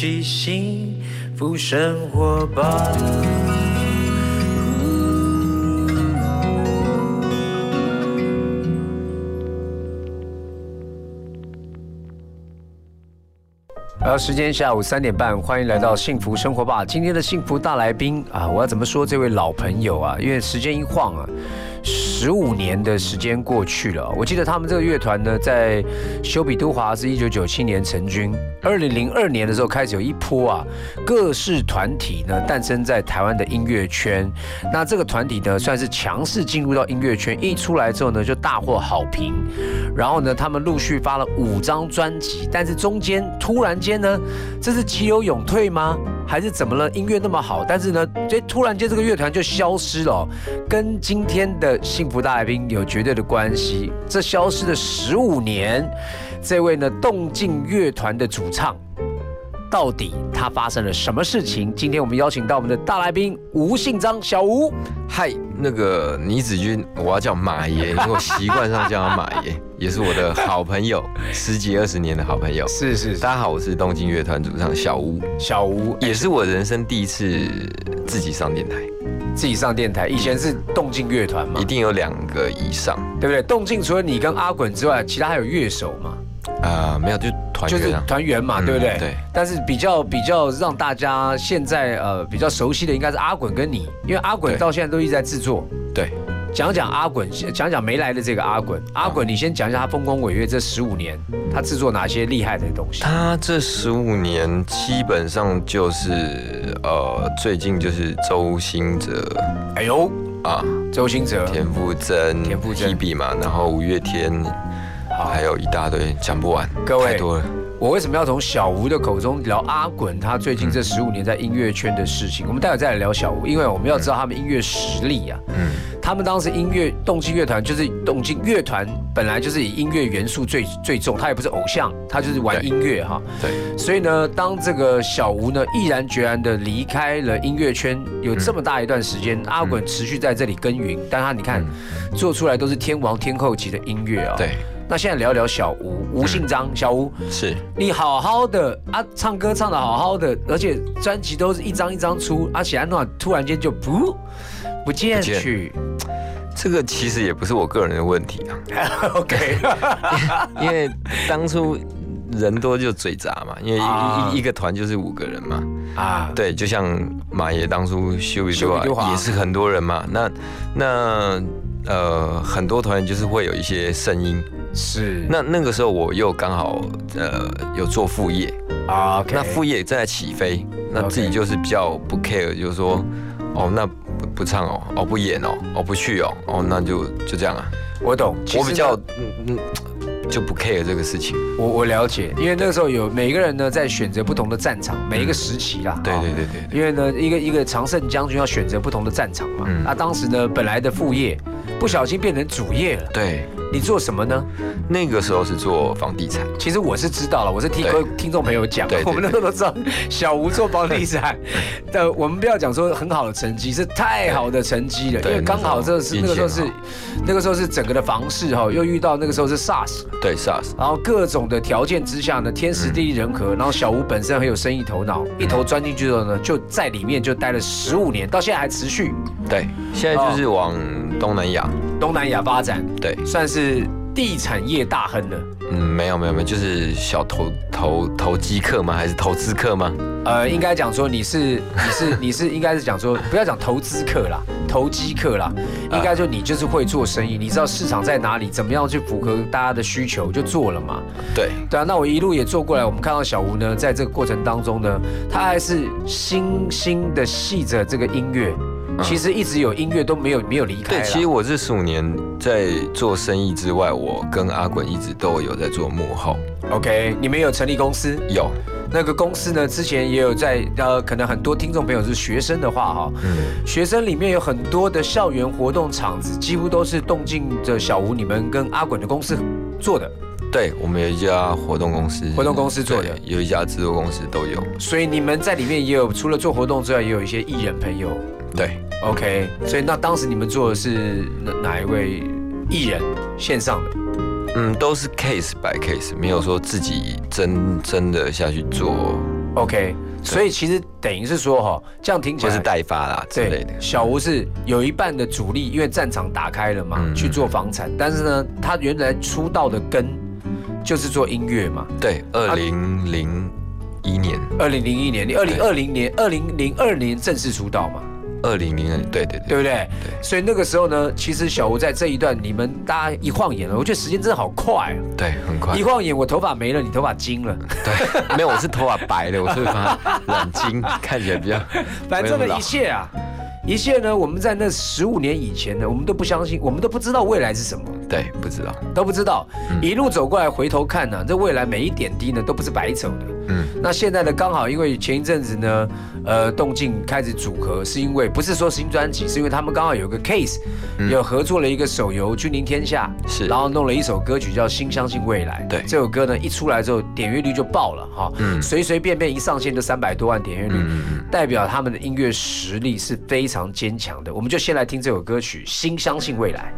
起幸福生活吧。时间下午3点半，欢迎来到幸福生活吧。今天的幸福大来宾啊，我要怎么说这位老朋友啊？因为时间一晃啊，15年的时间过去了。我记得他们这个乐团呢，在修比都华是1997年成军，2002年的时候开始有一波啊各式团体呢诞生在台湾的音乐圈。那这个团体呢算是强势进入到音乐圈，一出来之后呢就大获好评。然后呢，他们陆续发了5张专辑，但是中间突然间呢，这是急流勇退吗？还是怎么了？音乐那么好，但是呢，突然间这个乐团就消失了，跟今天的幸福大来宾有绝对的关系。这消失的15年，这位呢动静乐团的主唱，到底他发生了什么事情？今天我们邀请到我们的大来宾吴信章，小吴。 嗨，那个倪子君，我要叫马爷，因为我习惯上叫他马爷，也是我的好朋友，10几20年的好朋友。 是， 大家好，我是动静乐团主唱小吴。 小吴也是我人生第一次自己上电台。 自己上电台，以前是动静乐团嘛， 一定有2个以上， 对不对？动静除了你跟阿滚之外，其他还有乐手嘛？ 没有，就是团员、啊， 就是团员嘛，对不对？ 对。 但是比较让大家现在比较熟悉的应该是阿滚跟你，因为阿滚到现在都一直在制作。 对。 讲讲阿滚，讲讲没来的这个阿滚。阿滚，你先讲一下他丰功伟业这15年，他制作哪些厉害的东西？ 他这15年基本上就是最近就是周兴哲， 哎呦啊，周兴哲、 田馥甄、Hebe 嘛，然后五月天，还有一大堆讲不完， 各位太多了。 我为什么要从小吴的口中聊阿滚他最近这15年在音乐圈的事情？我们待会再来聊小吴，因为我们要知道他们音乐实力啊。他们当时动静乐团就是动静乐团，本来就是以音乐元素最重，他也不是偶像，他就是玩音乐哈。 对。 所以呢，当这个小吴呢毅然决然的离开了音乐圈，有这么大一段时间，阿滚持续在这里耕耘，但他你看做出来都是天王天后级的音乐啊。 对。 那现在聊聊小吴信章，小吴是你好好的啊，唱歌唱得好好的，而且专辑都是一张一张出，而且突然间就不见去。 这个其实也不是我个人的问题啊。 OK， 因为当初人多就嘴杂嘛，因为一个团就是5个人嘛。啊，对，就像马爷当初修一句话也是很多人嘛。那很多团员就是会有一些声音。 是， 那个时候我又刚好有做副业啊， okay. 那副业在起飞，那自己就是比较不 care， 就是说那不唱哦，不演哦，不去哦，那就这样啊。 我懂， 我比较就不 care 这个事情。我了解，因为那个时候有每个人呢在选择不同的战场，每一个时期啦。 对。 因为呢一个常胜将军要选择不同的战场嘛。当时呢本来的副业不小心变成主业了。 对。 你做什么呢？ 那个时候是做房地产。 其实我是知道了，我是听听众朋友讲，我们那时候都知道小吴做房地产。我们不要讲说很好的成绩，是太好的成绩了，因为刚好那个时候是整个的房市又遇到那个时候是 SARS。 对 SARS。 然后各种的条件之下呢，天时地利人和，然后小吴本身很有生意头脑，一头钻进去之后呢，就在里面就待了15年，到现在还持续。 对，现在就是往东南亚发展，对，算是地产业大亨了。 没有，就是小投机客吗？还是投资客吗？ 应该讲说你是应该是讲说不要讲投资客啦，投机客啦，应该说你就是会做生意，你知道市场在哪里，怎么样去符合大家的需求就做了嘛。对啊，那我一路也做过来，我们看到小吴呢，在这个过程当中呢，他还是心的系着这个音乐。其实一直有音乐都没有离开。对， 其实我这15年在做生意之外，我跟阿滚一直都有在做幕后。 OK， 你们有成立公司？ 有。 那个公司呢，之前也有在可能很多听众朋友是学生的话学生里面有很多的校园活动场子，几乎都是动静的小吴你们跟阿滚的公司做的。 对，我们有一家活动公司做的， 有一家制作公司都有。 所以你们在里面也有除了做活动之外，也有一些艺人朋友。 对 ，OK， 所以那当时你们做的是哪一位艺人线上的？ 都是 case by case， 没有说自己真的下去做 OK， 所以其实等于是说哈，这样听起来就是代发啦之类的。 小吴是有一半的主力，因为战场打开了嘛，去做房产，但是呢，他原来出道的根就是做音乐嘛。 对，2001年 ，2001年，你2002年正式出道嘛。 2002年，对不对？ 对。所以那个时候呢，其实小吴在这一段，你们大家一晃眼了，我觉得时间真的好快。 对，很快。 一晃眼，我头发没了，你头发金了。 对，没有，我是头发白的，我是把它染金，看起来比较。 反正这个一切呢，我们在那15年以前呢，我们都不相信，我们都不知道未来是什么。 对，不知道， 都不知道。一路走过来，回头看呢，这未来每一点滴呢，都不是白走的。那现在呢，刚好因为前一阵子呢，动静开始组合，是因为不是说新专辑，是因为他们刚好有个 case，有合作了一个手游《君临天下》，是，然后弄了一首歌曲叫《心相信未来》。对，这首歌呢一出来之后，点阅率就爆了哈，随便一上线就300多万点阅率，代表他们的音乐实力是非常坚强的。我们就先来听这首歌曲《心相信未来》。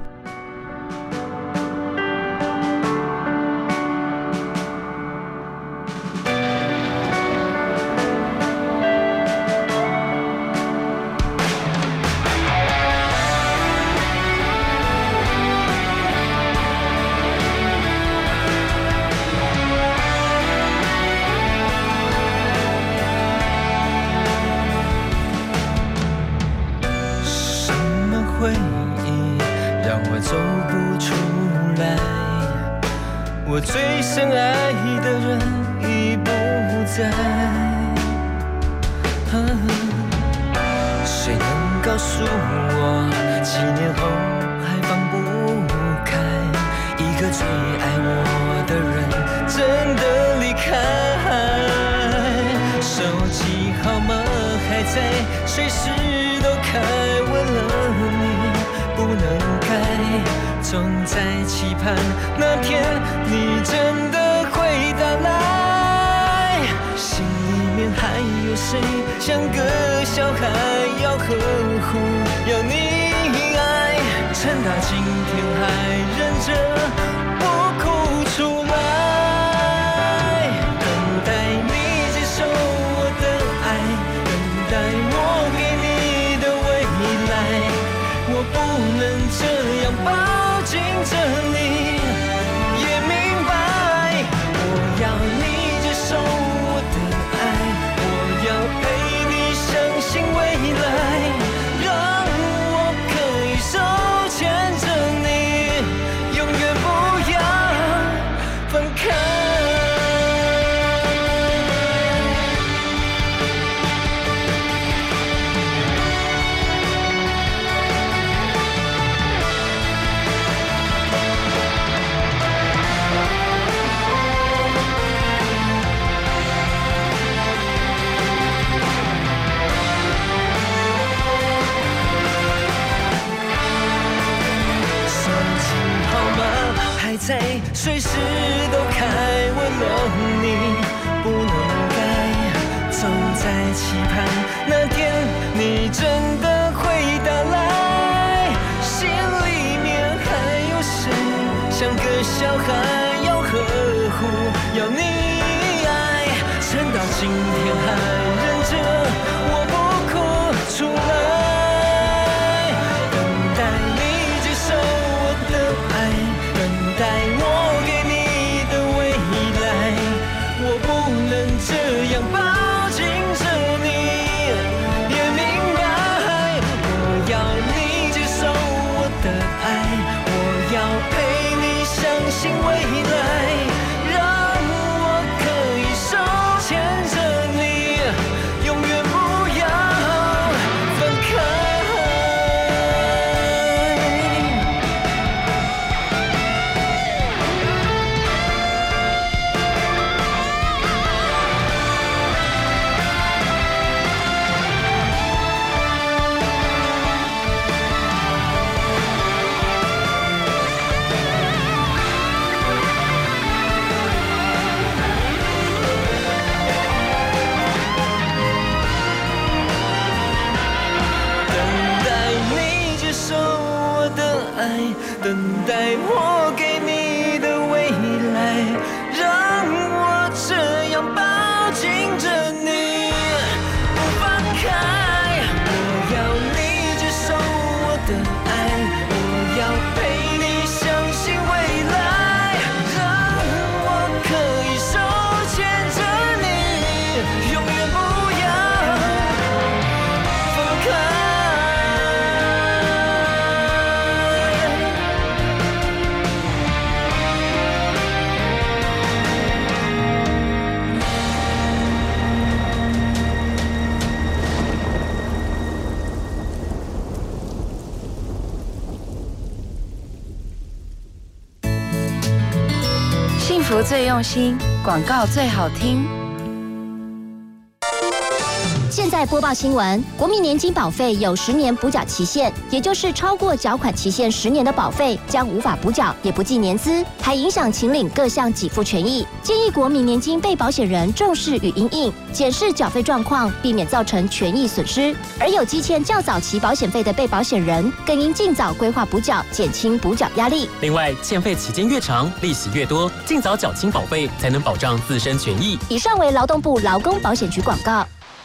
我最深爱的人已不在，谁能告诉我，7年后还放不开一个最爱我的人真的离开？手机号码还在，随时都开，为了你不能改。总在期盼那天你真的会到来，心里面还有谁像个小孩要呵护要你爱，趁他今天还忍着不哭出来，等待你接受我的爱，等待我给你的未来，我不能这样抱紧着你，也明白我要你接受我的爱，我要陪你相信未来，让我可以手牵着你，永远不要分开。在随时都开，为了你不能改，总在期盼那天你真的会到来，心里面还有谁像个小孩要呵护要你爱，撑到今天还忍着我不哭出来，等待你接受我的爱，等待我给你的未来，我不能这样抱紧着你，也明白我要你接受我的爱，我要陪你相信未来，让我可以手牵着你，永远不要分开。等待我给你的未来，让我这样抱紧着你， 幸福最用心，广告最好听。 现在播报新闻：国民年金保费有10年补缴期限，也就是超过缴款期限10年的保费将无法补缴，也不计年资，还影响请领各项给付权益。建议国民年金被保险人重视与因应，检视缴费状况，避免造成权益损失。而有积欠较早期保险费的被保险人，更应尽早规划补缴，减轻补缴压力。 另外，欠费期间越长，利息越多，尽早缴清保费，才能保障自身权益。 以上为劳动部劳工保险局广告。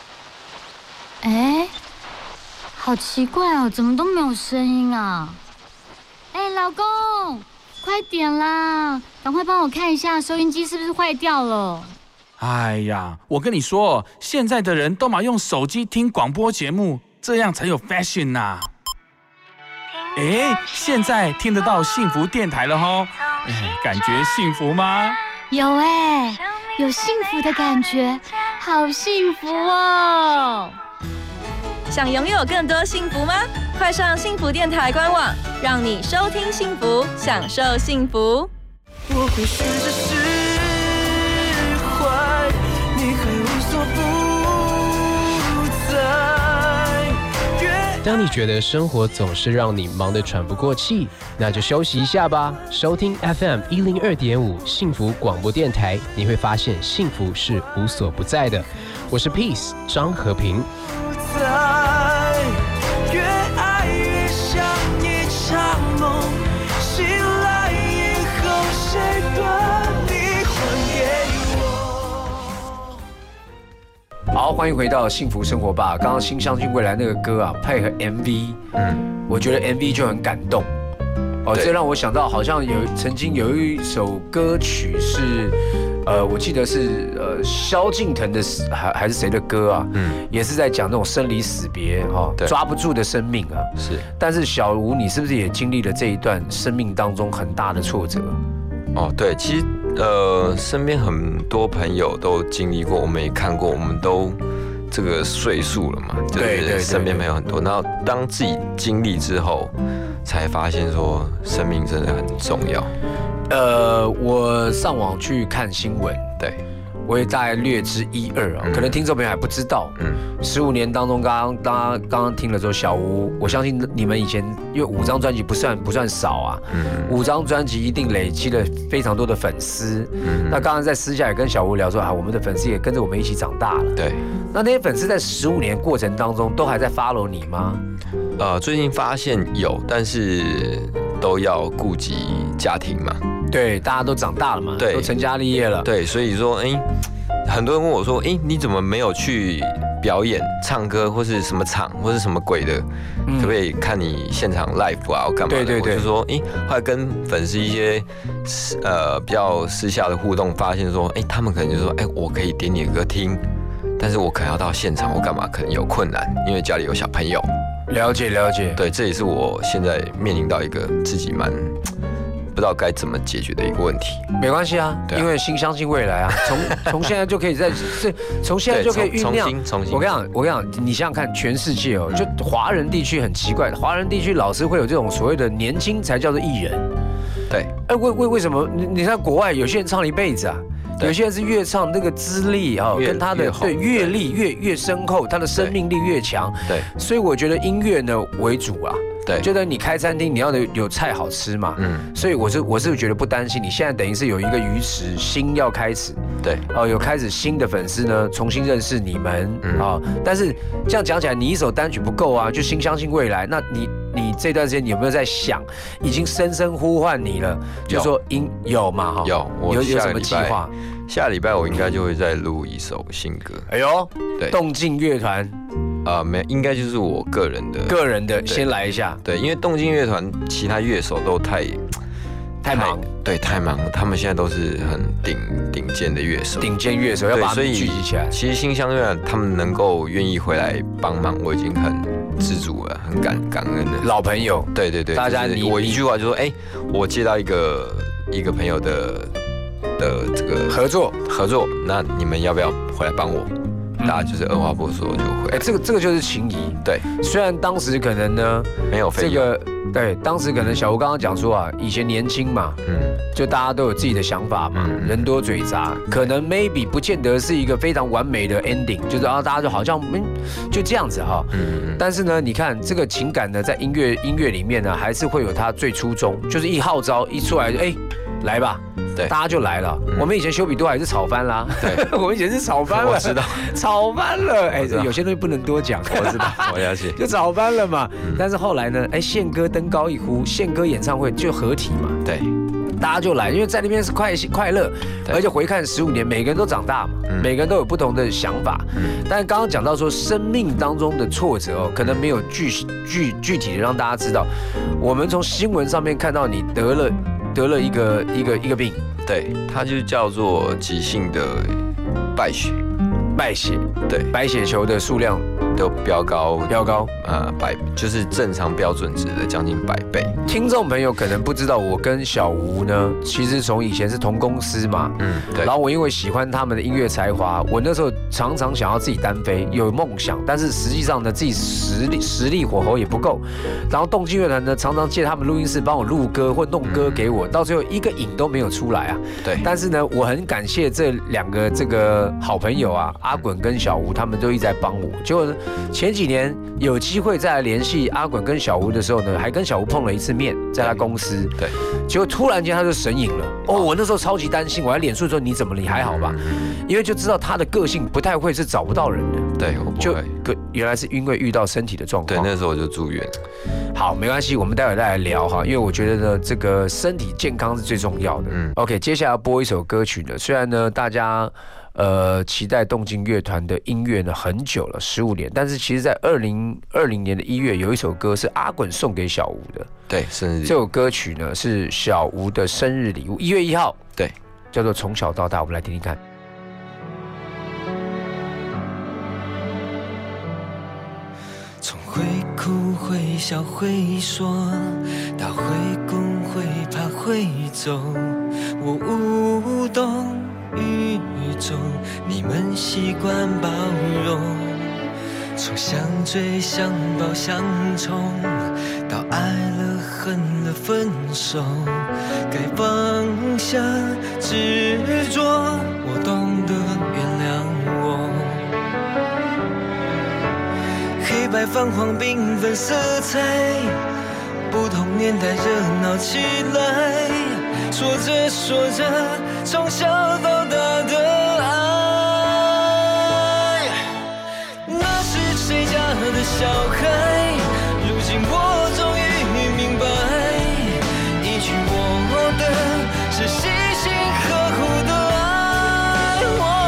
哎，好奇怪哦，怎么都没有声音啊？哎，老公，快点啦，赶快帮我看一下收音机是不是坏掉了。 哎呀，我跟你说，现在的人都嘛用手机听广播节目，这样才有 fashion 呐。哎，现在听得到幸福电台了吼，感觉幸福吗？ 有哎，有幸福的感觉，好幸福哦。 想拥有更多幸福吗？快上幸福电台官网，让你收听幸福，享受幸福。 我会学着释怀，你还无所不在。 当你觉得生活总是让你忙得喘不过气，那就休息一下吧。收听 FM 102.5幸福广播电台，你会发现幸福是无所不在的。我是 Peace 张和平。 越爱越像一场梦，醒来以后谁把你还给我？ 好，欢迎回到幸福生活吧。刚刚新相信未来那个歌啊，配合 MV，我觉得 MV 就很感动。哦，这让我想到，好像曾经有一首歌曲是。我记得是萧敬腾的还是谁的歌啊？也是在讲那种生离死别哈，抓不住的生命啊。 是。 但是小吴，你是不是也经历了这一段生命当中很大的挫折？ 哦，对，其实身边很多朋友都经历过，我们也看过，我们都这个岁数了嘛，就是身边朋友很多。然后当自己经历之后，才发现说生命真的很重要。 我上网去看新闻， 对， 我也大概略知一二啊，可能听众朋友还不知道。15年当中，刚刚听了之后，小吴，我相信你们以前因为5张专辑不算少啊，5张专辑一定累积了非常多的粉丝。那刚刚在私下也跟小吴聊说啊，我们的粉丝也跟着我们一起长大了。 对， 那些粉丝在15年过程当中都还在 follow 你吗？ 最近发现有，但是都要顾及家庭嘛。 对，大家都长大了嘛，对，都成家立业了。 对，所以说，很多人问我说，你怎么没有去表演、唱歌，或是什么场，或是什么鬼的，可不可以看你现场 live 啊，我干嘛的？对，我就说，后来跟粉丝一些比较私下的互动，发现说，他们可能就说，我可以点你的歌听，但是我可能要到现场，我干嘛？可能有困难，因为家里有小朋友。 了解。 对，这也是我现在面临到一个自己不知道该怎么解决的一个问题。 没关系啊，因为心相信未来啊，从现在就可以从现在就可以酝酿。 重新。 我跟你讲，你想想看，全世界哦，就华人地区很奇怪，华人地区老是会有这种所谓的年轻才叫做艺人。 对。 为什么？你看国外有些人唱了一辈子啊。有些人是越唱那个资历啊，跟他的阅历越深厚，他的生命力越强。 对， 所以我觉得音乐呢为主啊。 对， 就等你开餐厅，你要有菜好吃嘛。所以我是觉得不担心，你现在等于是有一个鱼池新要开始。 对， 有开始新的粉丝呢，重新认识你们啊。但是这样讲起来，你一首单曲不够啊，就新相信未来。那你这段时间你有没有在想，已经深深呼唤你了？就说有嘛哈？有什么计划？ 下礼拜我应该就会再录一首新歌。 哎呦， 对， 动静乐团。 没，应该就是我个人的， 先来一下。 对，因为动静乐团其他乐手都太忙， 对，太忙了。他们现在都是很顶尖的乐手， 要把他们聚集起来。 其实新乡乐他们能够愿意回来帮忙，我已经很知足了，很感恩了。 老朋友， 对， 大家我一句话就说，我接到一个朋友的这个合作，那你们要不要回来帮我？大家就是二话不说就会。 这个就是情谊。 对， 虽然当时可能呢没有费用， 对，当时可能小吴刚刚讲说啊，以前年轻嘛，就大家都有自己的想法嘛，人多嘴杂，可能 maybe 不见得是一个非常完美的 ending， 就是大家就好像就这样子哈。但是呢，你看这个情感呢，在音乐里面呢，还是会有它最初衷，就是一号召一出来，来吧。对，大家就来了。我们以前修比多还是吵翻啦。对，我们以前是吵翻了。我知道，吵翻了。有些东西不能多讲。我知道，我了解。就吵翻了嘛。但是后来呢，宪哥登高一呼，宪哥演唱会就合体嘛。对，大家就来，因为在那边是快乐，而且回看15年，每个人都长大嘛，每个人都有不同的想法。但是刚刚讲到说，生命当中的挫折可能没有具体的让大家知道。我们从新闻上面看到你得了一个病，对， 它就叫做急性的败血，对，白血球的数量都飙高，就是正常标准值的将近100倍。 听众朋友可能不知道，我跟小吴呢，其实从以前是同公司嘛，对。然后我因为喜欢他们的音乐才华，我那时候常常想要自己单飞，有梦想，但是实际上呢，自己实力火候也不够。然后动静乐团呢，常常借他们录音室帮我录歌或弄歌给我，到最后一个影都没有出来啊。对。但是呢，我很感谢这2个这个好朋友啊，阿滚跟小吴，他们都一直在帮我。结果前几年有机会再来联系阿滚跟小吴的时候呢，还跟小吴碰了一次面，在他公司。对。结果突然间他就神隐了。我那时候超级担心，我在脸书说你怎么了？你还好吧？因为就知道他的个性不太会是找不到人的。对，我不会。原来是因为遇到身体的状况。 对，那时候我就住院。 好，没关系，我们待会再来聊哈，因为我觉得呢，这个身体健康是最重要的。OK， 接下来要播一首歌曲呢，虽然呢大家期待动静乐团的音乐呢很久了，15年，但是其实在2020年的1月有一首歌是阿滚送给小吴的， 对，生日礼物。 这首歌曲呢是小吴的生日礼物，1月1号，对，叫做从小到大，我们来听听看。 从会哭会笑会说，到会攻会怕会走，我无动于衷，你们习惯包容。从相追相抱相冲，到爱了恨了分手，该放下执着，我懂得原谅我。黑白泛黄缤纷色彩，不同年代热闹起来，说着说着从小到大的爱，那是谁家的小孩，如今我终于明白，一句我的是细心呵护的爱，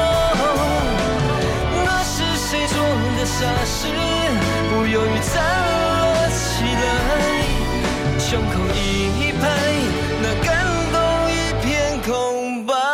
那是谁做的傻事，不犹豫站了起来，胸口一拍，那感动一片空白。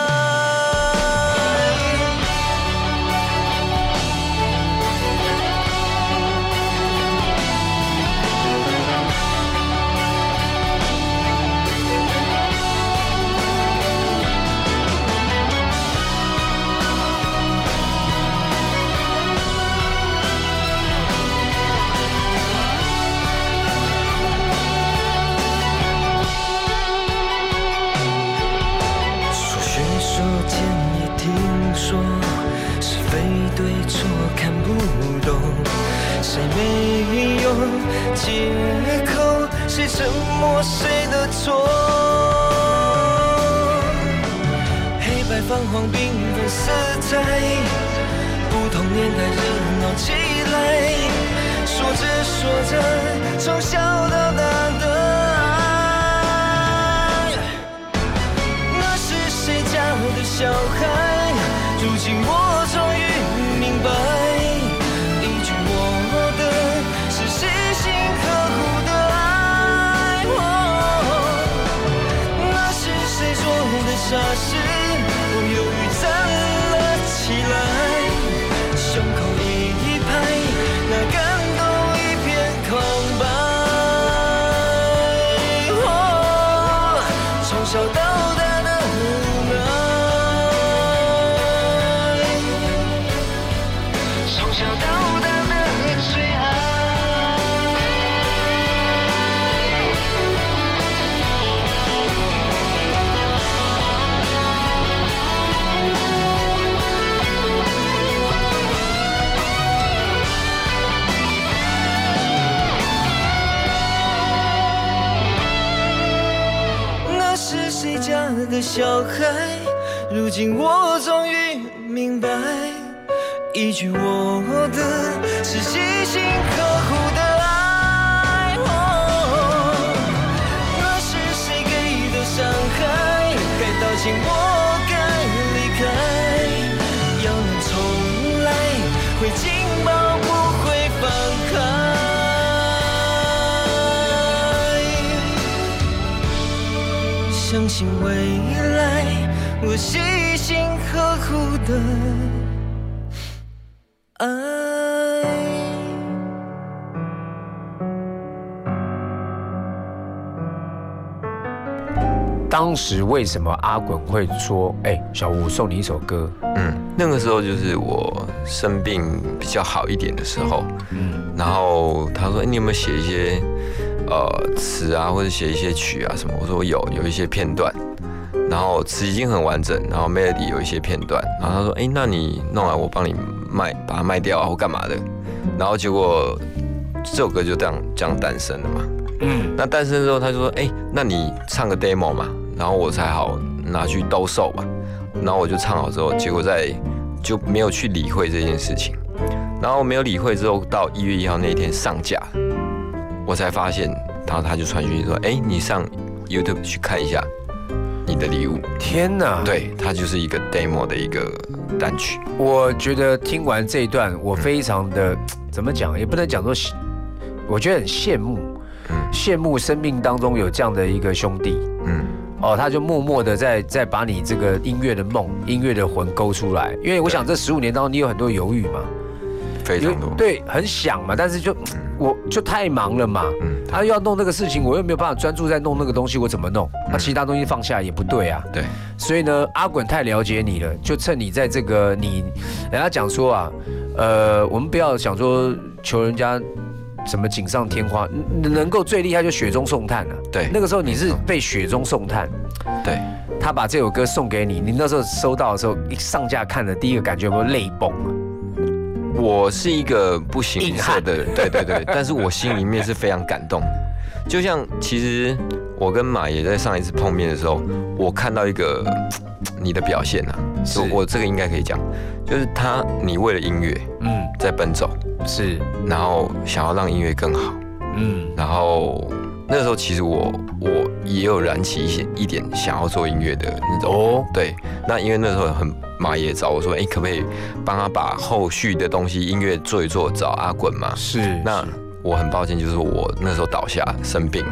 对错看不懂，谁没有借口，谁沉默谁的错，黑白泛黄缤纷色彩，不同年代热闹起来，说着说着从小到大的爱，那是谁家的小孩，如今我终于明白，一句我的是细心呵护的爱，那是谁做的傻事，不犹豫站了起来，胸口一拍，那感动一片空白，从小到大的从小到大的最爱。 家的小孩，如今我终于明白，一句我的是细心呵护的爱。那是谁给的伤害？该道歉，我该离开。要能重来，会紧抱，不会放开。相信未来，我细心呵护的爱。 当时为什么阿滚会说：“小吴，送你一首歌？” 那个时候就是我生病比较好一点的时候，然后他说：“你有没有写一些词啊，或者写一些曲啊什么？”我说有一些片段，然后词已经很完整，然后 melody 有一些片段，然后他说：“那你弄来我帮你把它卖掉啊，或干嘛的？”然后结果这首歌就这样诞生了嘛。那诞生之后，他就说：“那你唱个 demo 嘛，然后我才好拿去兜售吧。”然后我就唱好之后，结果就没有去理会这件事情。然后没有理会之后，到1月1号那一天上架，我才发现，然后他就传讯息说：“你上 YouTube 去看一下你的礼物。” 天哪！ 对，它就是一个 demo 的一个单曲。 我觉得听完这一段，我非常的怎么讲，也不能讲说，我觉得很羡慕。羡慕生命当中有这样的一个兄弟，他就默默的在把你这个音乐的梦、音乐的魂勾出来。因为我想这15年当中，你有很多犹豫嘛， 非常多， 对，很想嘛，但是我就太忙了嘛，他要弄那个事情，我又没有办法专注在弄那个东西，我怎么弄？那其他东西放下也不对啊， 对， 所以呢，阿滚太了解你了，就趁你在这个人家讲说啊，我们不要想说求人家。什么锦上添花，能够最厉害就雪中送炭了。 对， 那个时候你是被雪中送炭。 对， 他把这首歌送给你，你那时候收到的时候，一上架看的第一个感觉有没有泪崩啊？ 我是一个不形于色的人，对，但是我心里面是非常感动。就像其实我跟马爷在上一次碰面的时候，我看到一个你的表现啊，我这个应该可以讲，就是你为了音乐，在奔走。 是， 然后想要让音乐更好，然后那个时候其实我也有燃起一点想要做音乐的那种，对，那因为那时候马爷找我说，可不可以帮他把后续的东西音乐做一做，找阿滚嘛， 是， 那我很抱歉，就是我那时候倒下生病。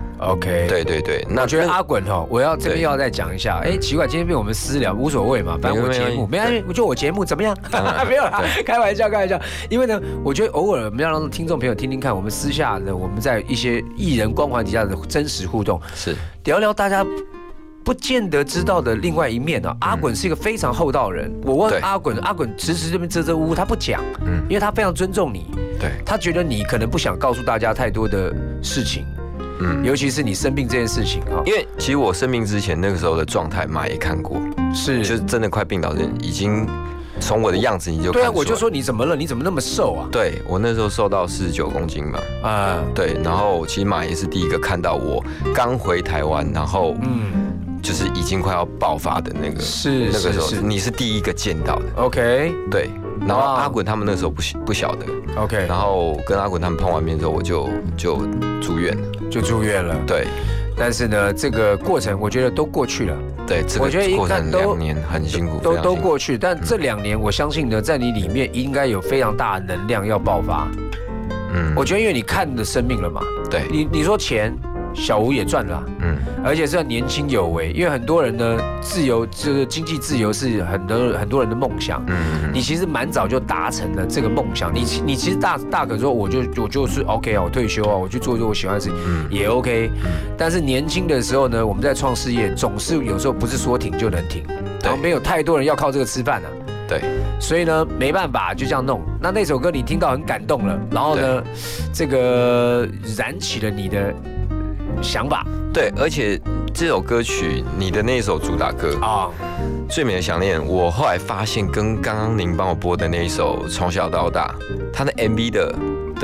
OK， 对，那我觉得阿滚我要这边要再讲一下，奇怪，今天被我们私聊无所谓嘛，反正我节目没关系，就我节目怎么样？没有啦，开玩笑。因为呢，我觉得偶尔我们要让听众朋友听听看，我们私下呢，我们在一些艺人光环底下的真实互动， 是聊聊大家不见得知道的另外一面啊。阿滚是一个非常厚道的人，我问阿滚迟这边支吾吾，他不讲，因为他非常尊重你， 对， 他觉得你可能不想告诉大家太多的事情。尤其是你生病这件事情哈， 因为其实我生病之前那个时候的状态，马也看过， 是， 就是真的快病倒，已经从我的样子你就看出来。 对啊，我就说你怎么了？你怎么那么瘦啊？ 对，我那时候瘦到49公斤嘛，对，然后其实马也是第一个看到我刚回台湾，然后就是已经快要爆发的那个， 是那个时候，你是第一个见到的。 OK， 对。然后阿滚他们那时候不晓得 ，OK， 然后跟阿滚他们碰完面之后，我就住院了，对。 但是呢，这个过程我觉得都过去了， 对，这个过程2年很辛苦， 都过去。但这2年，我相信呢，在你里面应该有非常大的能量要爆发。我觉得因为你看的生命了嘛， 对， 你说钱。小吴也赚了，而且是很年轻有为，因为很多人呢，自由就是经济自由是很多人的梦想，你其实蛮早就达成了这个梦想，你其实大可说我就是 OK 啊，我退休啊，我去做我喜欢的事情也 OK，但是年轻的时候呢，我们在创事业总是有时候不是说停就能停，然后没有太多人要靠这个吃饭啊。 对， 所以呢，没办法，就这样弄。那首歌你听到很感动了，然后呢，这个燃起了你的想法。 对，而且这首歌曲，你的那首主打歌啊，《最美的想念》，我后来发现跟刚刚您帮我播的那一首《从小到大》，它的 MV 的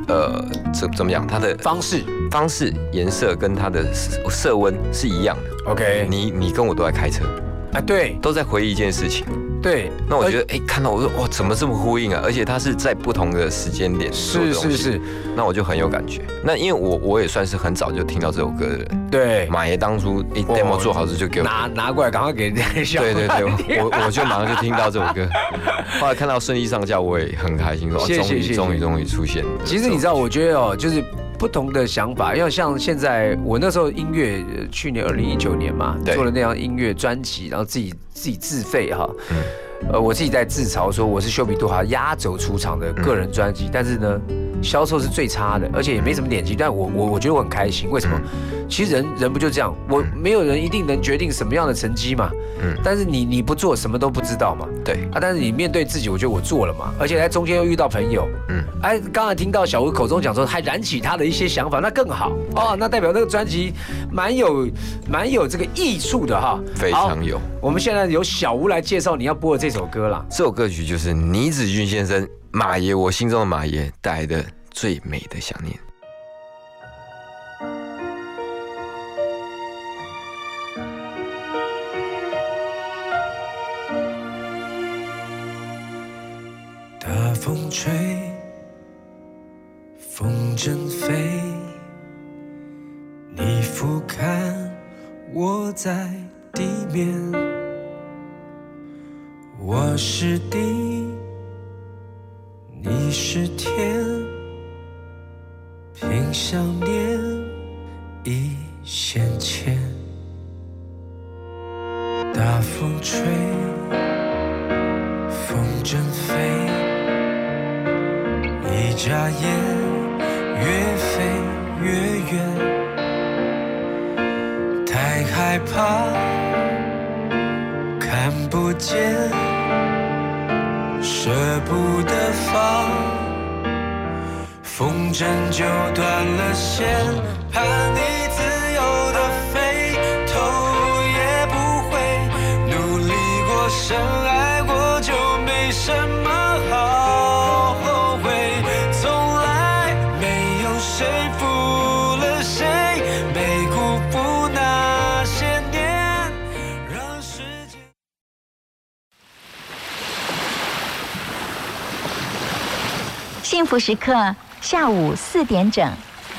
怎么讲？它的方式、 颜色跟它的色温是一样的。 OK， 你跟我都在开车啊，对， 都在回忆一件事情。 对， 那我觉得，看到我说，哇，怎么这么呼应啊？而且它是在不同的时间点做的东西，是，那我就很有感觉。那因为我也算是很早就听到这首歌的人， 对， 马爷当初demo 做好之后就给我拿过来，赶快给小对，我就马上就听到这首歌。后来看到顺利上架，我也很开心，说终于出现。 其实你知道，我觉得就是不同的想法，因为像现在我那时候音乐，去年2019年嘛，做了那张音乐专辑，然后自己自费哈，我自己在自嘲说我是修比多哈压轴出场的个人专辑，但是呢，销售是最差的，而且也没什么点击，但我觉得我很开心，为什么？其实人不就这样，我没有人一定能决定什么样的成绩嘛，但是你不做什么都不知道嘛， 对啊，但是你面对自己，我觉得我做了嘛，而且在中间又遇到朋友，刚才听到小吴口中讲说还燃起他的一些想法，那更好哦，那代表那个专辑蛮有这个益处的哈， 非常有。 我们现在由小吴来介绍你要播的这首歌啦， 这首歌曲就是倪子俊先生马爷，我心中的马爷带来的最美的想念。 大风吹，风筝飞，你俯瞰我在地面，我是地，你是天，凭想念一线牵。大风吹，风筝飞，一眨眼越飞越远，太害怕看不见，舍不得放，风筝就断了线，怕你自由的飞，头也不回，努力过深爱过就没什么好后悔，从来没有谁负了谁，没辜负那些年，让时间。 幸福时刻，下午4点整。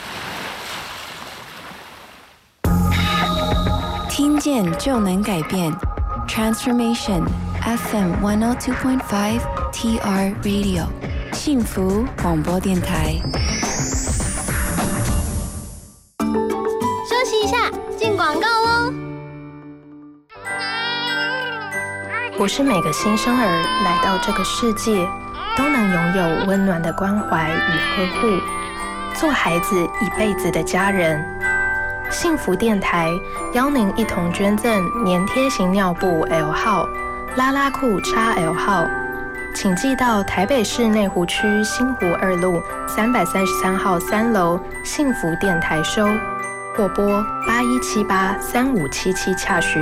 听见就能改变 Transformation FM 102.5 TR Radio 幸福广播电台。 休息一下，进广告喽。 不是每个新生儿来到这个世界都能拥有温暖的关怀与呵护，做孩子一辈子的家人。幸福电台邀您一同捐赠粘贴型尿布 L 号、拉拉裤 XL 号，请寄到台北市内湖区新湖2路333号3楼幸福电台收，或拨81783577洽询。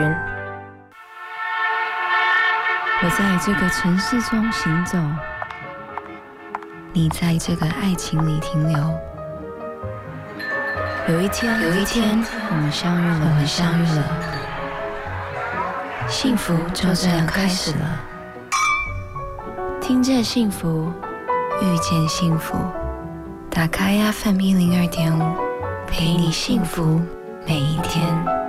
我在这个城市中行走，你在这个爱情里停留。有一天，我们相遇了，幸福就这样开始了。听见幸福，遇见幸福，打开 FM 102.5，陪你幸福每一天。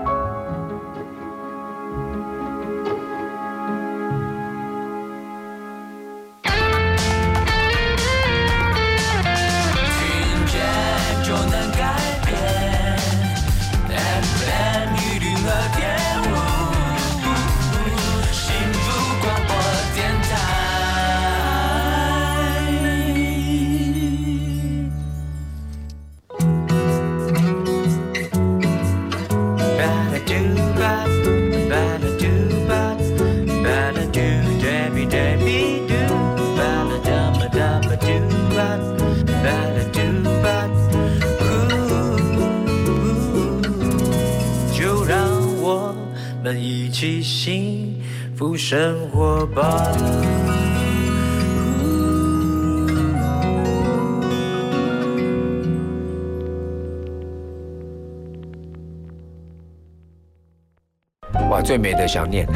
一起幸福生活吧。 哇，最美的想念。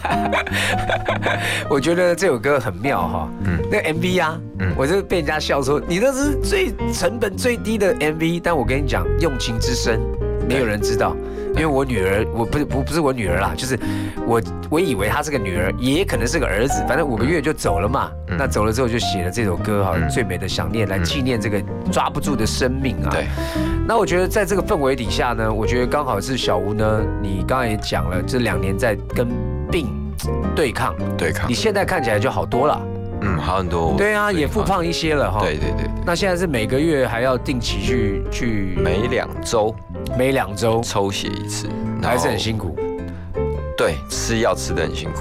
我觉得这首歌很妙哈。那个 MV 啊，我就被人家笑说你那是成本最低的 MV， 但我跟你讲，用情之深，没有人知道。因为我女儿，我不是我女儿啦，就是我以为她是个女儿，也可能是个儿子，反正5个月就走了嘛。那走了之后就写了这首歌哈，最美的想念，来纪念这个抓不住的生命啊。对。那我觉得在这个氛围底下呢，我觉得刚好是小吴呢，你刚才也讲了，这2年在跟病对抗，你现在看起来就好多了。 好很多。 对啊，也复胖一些了哈。 对。 那现在是每个月还要定期去每2周。 每2周抽血一次， 还是很辛苦。 对，吃药吃得很辛苦。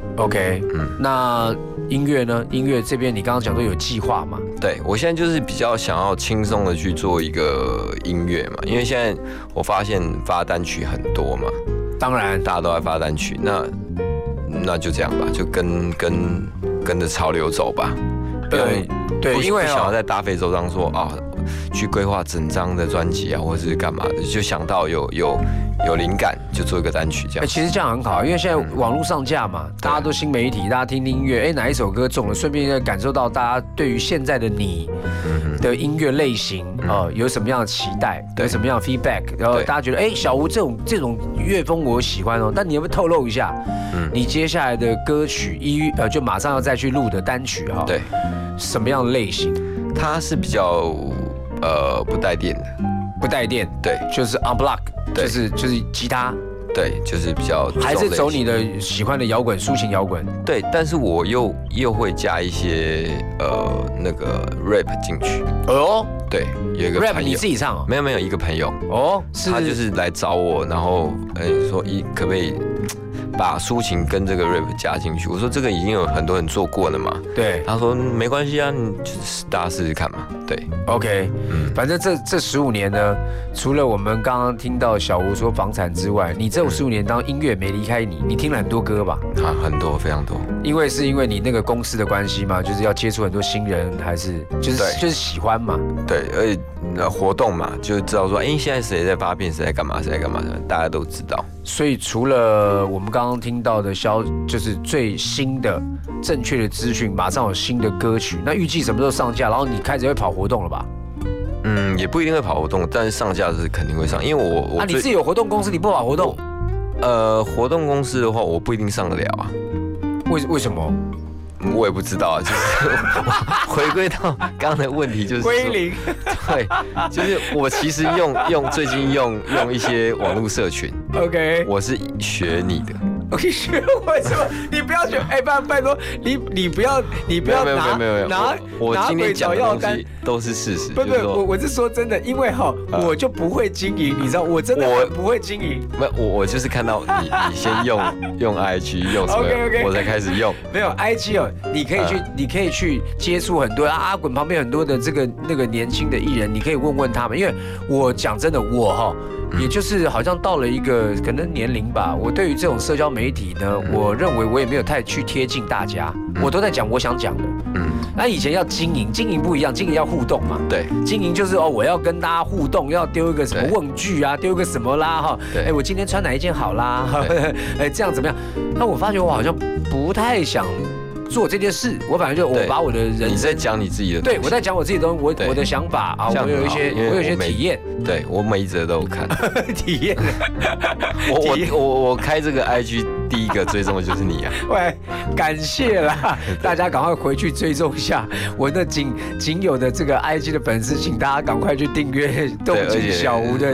OK，那音乐呢？音乐这边你刚刚讲都有计划嘛？ 对，我现在就是比较想要轻松的去做一个音乐嘛，因为现在我发现发单曲很多嘛， 当然大家都在发单曲，那就这样吧，就跟着潮流走吧。 对，因为不想要在大费周章说啊，去规划整张的专辑啊，或者是干嘛的，就想到有灵感就做一个单曲这样。 其实这样很好，因为现在网络上架嘛，大家都新媒体，大家听音乐，哪一首歌中了，顺便感受到大家对于现在的你的音乐类型有什么样的期待，有什么样的 feedback， 然后大家觉得小吴这种乐风我喜欢哦，但你要不要透露一下，你接下来的歌曲就马上要再去录的单曲哈？对，什么样的类型？ 它是比较不带电的， 不带电， 对， 就是 unblock， 就是吉他， 对，就是比较还是走你的喜欢的摇滚，抒情摇滚， 对，但是我又会加一些那个 rap 进去，对，有一个 rap 你自己唱哦？ 没有一个朋友他就是来找我，然后说可不可以把抒情跟这个 rap 加进去？我说这个已经有很多人做过了嘛。对，他说没关系啊，你就是大家试试看嘛。对 ，OK，反正这15年呢，除了我们刚刚听到小吴说房产之外，你这15年当音乐没离开你听了很多歌吧？ 很多，非常多。因为你那个公司的关系嘛，就是要接触很多新人，还是就是喜欢嘛？对， 而且活动嘛，就知道说，现在谁在发片，谁在干嘛，大家都知道。 所以除了我们刚刚听到的就是最新的正确的资讯，马上有新的歌曲，那预计什么时候上架？然后你开始会跑活动了吧？ 也不一定会跑活动，但是上架是肯定会上，因为我你自己有活动公司，你不跑活动？ 活动公司的话，我不一定上得了啊。 为什么？ 我也不知道啊，就是回归到刚刚的问题，就是归零。 对，就是我其实最近用一些网络社群。OK， 我是学你的。 OK， 学我什么？你不要学，拜托你不要拿我今天讲的东西都是事实。 不，我是说真的，因为我就不会经营，你知道，我真的不会经营。 我就是看到你先用 IG 用什么，我才开始用。 没有 IG 你可以去接触很多阿滚旁边很多的那个年轻的艺人，你可以问他们，因为我讲真的，也就是好像到了一个可能年龄吧，我对于这种社交媒体呢，我认为我也没有太去贴近大家，我都在讲我想讲的。那以前要经营不一样，经营要互动嘛。对，经营就是我要跟大家互动，要丢一个什么问句啊，丢一个什么啦哈。我今天穿哪一件好啦？这样怎么样？那我发觉我好像不太想做这件事，我反正我把我的人生， 你在讲你自己的东西， 对，我在讲我自己的东西，我的想法啊，我有一些体验， 对我每一则都有看体验。 我开这个 IG 第一个追踪的就是你啊！ 喂，感谢啦，大家赶快回去追踪一下我的仅有的这个 IG 的粉丝，请大家赶快去订阅动静小吴的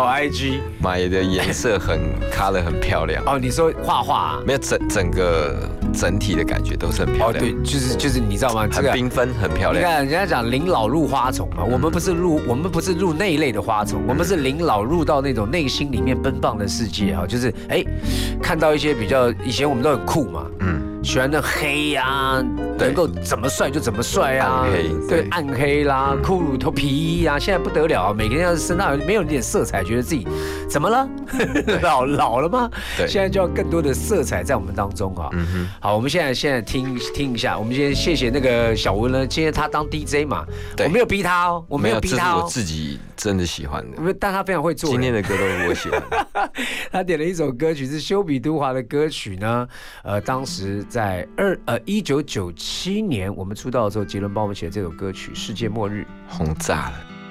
IG。 马爷的颜色color 很漂亮你说画画没有整体的感觉都是很漂亮。 对，就是你知道吗？ 很缤纷，很漂亮。 你看人家讲临老入花丛嘛，我们不是入那一类的花丛，我们是临老入到那种内心里面奔放的世界就是看到一些比较以前我们都很酷嘛，喜欢那黑啊，能够怎么帅就怎么帅啊，对，暗黑啦，骷髅头皮衣啊，现在不得了，每个人要是身上没有一点色彩，觉得自己怎么了？老了吗？现在就要更多的色彩在我们当中好，我们现在听一下，我们今天谢谢那个小吴呢，今天他当 DJ 嘛，我没有逼他我没有逼他这是我自己真的喜欢的， 但他非常会做， 今天的歌都是我喜欢的。 他点了一首歌曲是修比都华的歌曲呢。当时在1997年我们出道的时候，杰伦帮我们写的这首歌曲《世界末日》 轰炸了。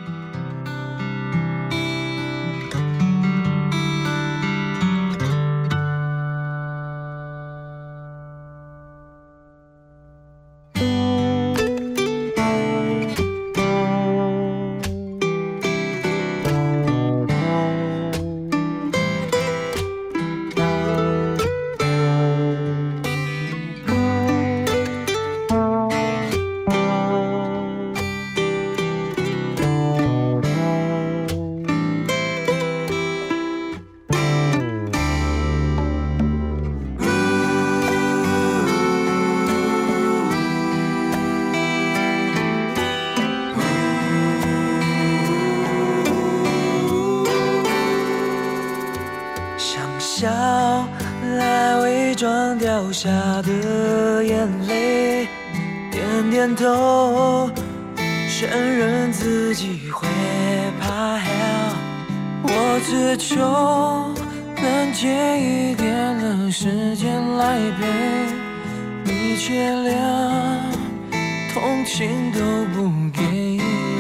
掉下的眼泪，点点头，承认自己会怕黑。我只求能借一点的时间来陪你，却连同情都不给。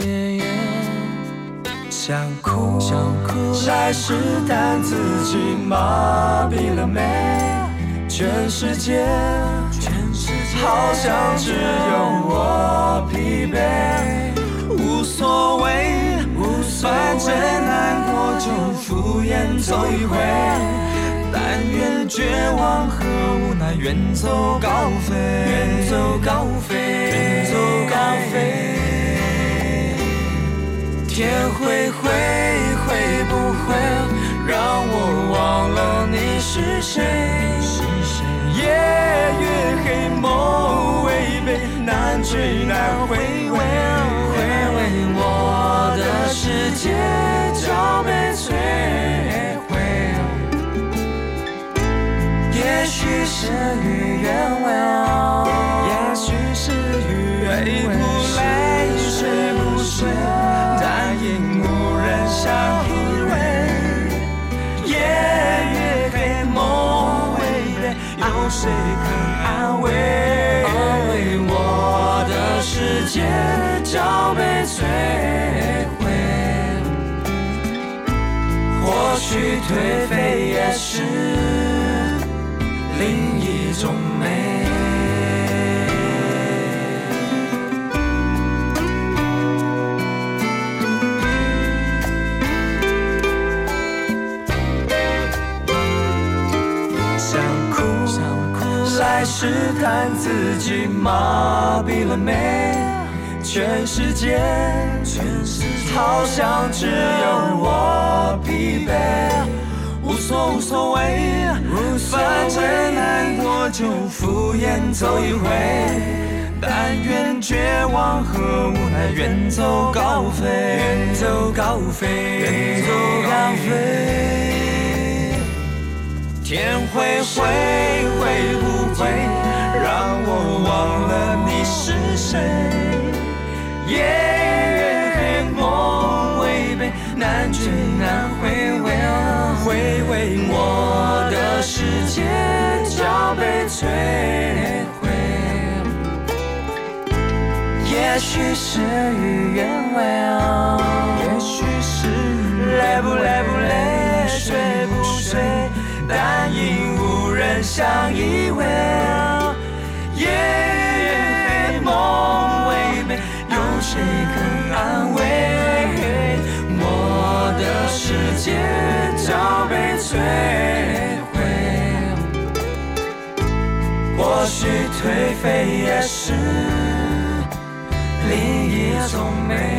想哭来试探自己麻痹了没？全世界好像只有我疲惫，无所谓，反正难过就敷衍走一回，但愿绝望和无奈远走高飞，远走高飞，远走高飞。天会不会让我忘了你是谁？夜越黑，梦微悲，难追难回味，我的世界就被摧毁。也许事与愿违，也许事与愿违，泪水不水，但因无人相依偎。夜越黑，梦微悲，有谁肯安慰？我的世界就被摧毁。或许颓废也是另一种美。来试探自己麻痹了没？全世界好像只有我疲惫，无所谓，反正难过就敷衍走一回，但愿绝望和无奈远走高飞，远走高飞，远走高飞。天会不会让我忘了你是谁？夜越黑，梦微悲，难追难回味，我的世界就被摧毁。也许事与愿违，也许是累不累，睡不睡，但因无人相依偎。夜越黑，梦微悲，有谁肯安慰？我的世界就被摧毁。或许颓废也是另一种美。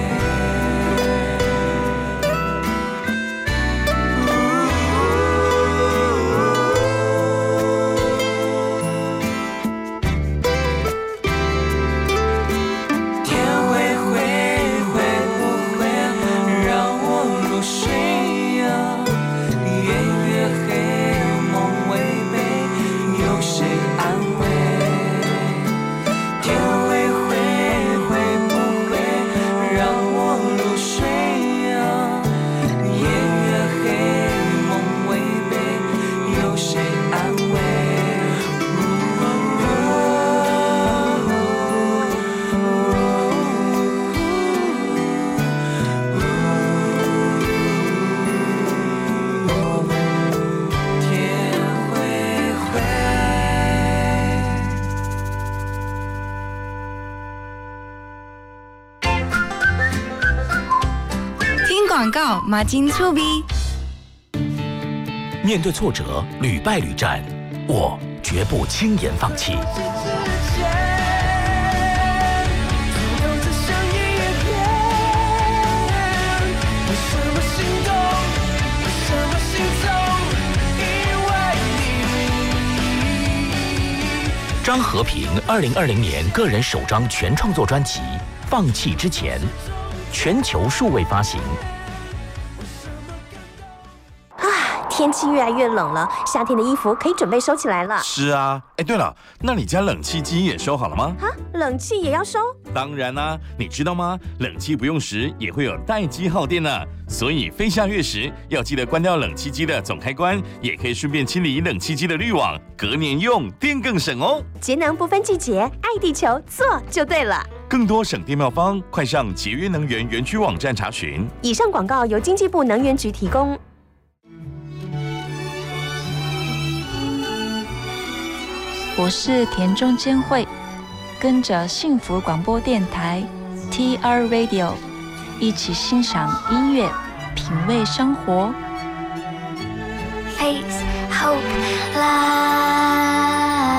让告嘛真趣味。 面对挫折，屡败屡战，我绝不轻言放弃。张和平2020年个人首张全创作专辑《放弃之前》，全球数位发行。 天气越来越冷了，夏天的衣服可以准备收起来了。 是啊，对了，那你家冷气机也收好了吗？ 啊，冷气也要收？ 当然啦，你知道吗？冷气不用时也会有待机耗电呢，所以非下月时要记得关掉冷气机的总开关，也可以顺便清理冷气机的滤网，隔年用电更省哦。 节能不分季节，爱地球做就对了。 更多省电妙方，快上节约能源园区网站查询。 以上广告由经济部能源局提供。 我是田中千惠，跟着幸福广播电台 TR Radio 一起欣赏音乐，品味生活。 Peace, hope, love。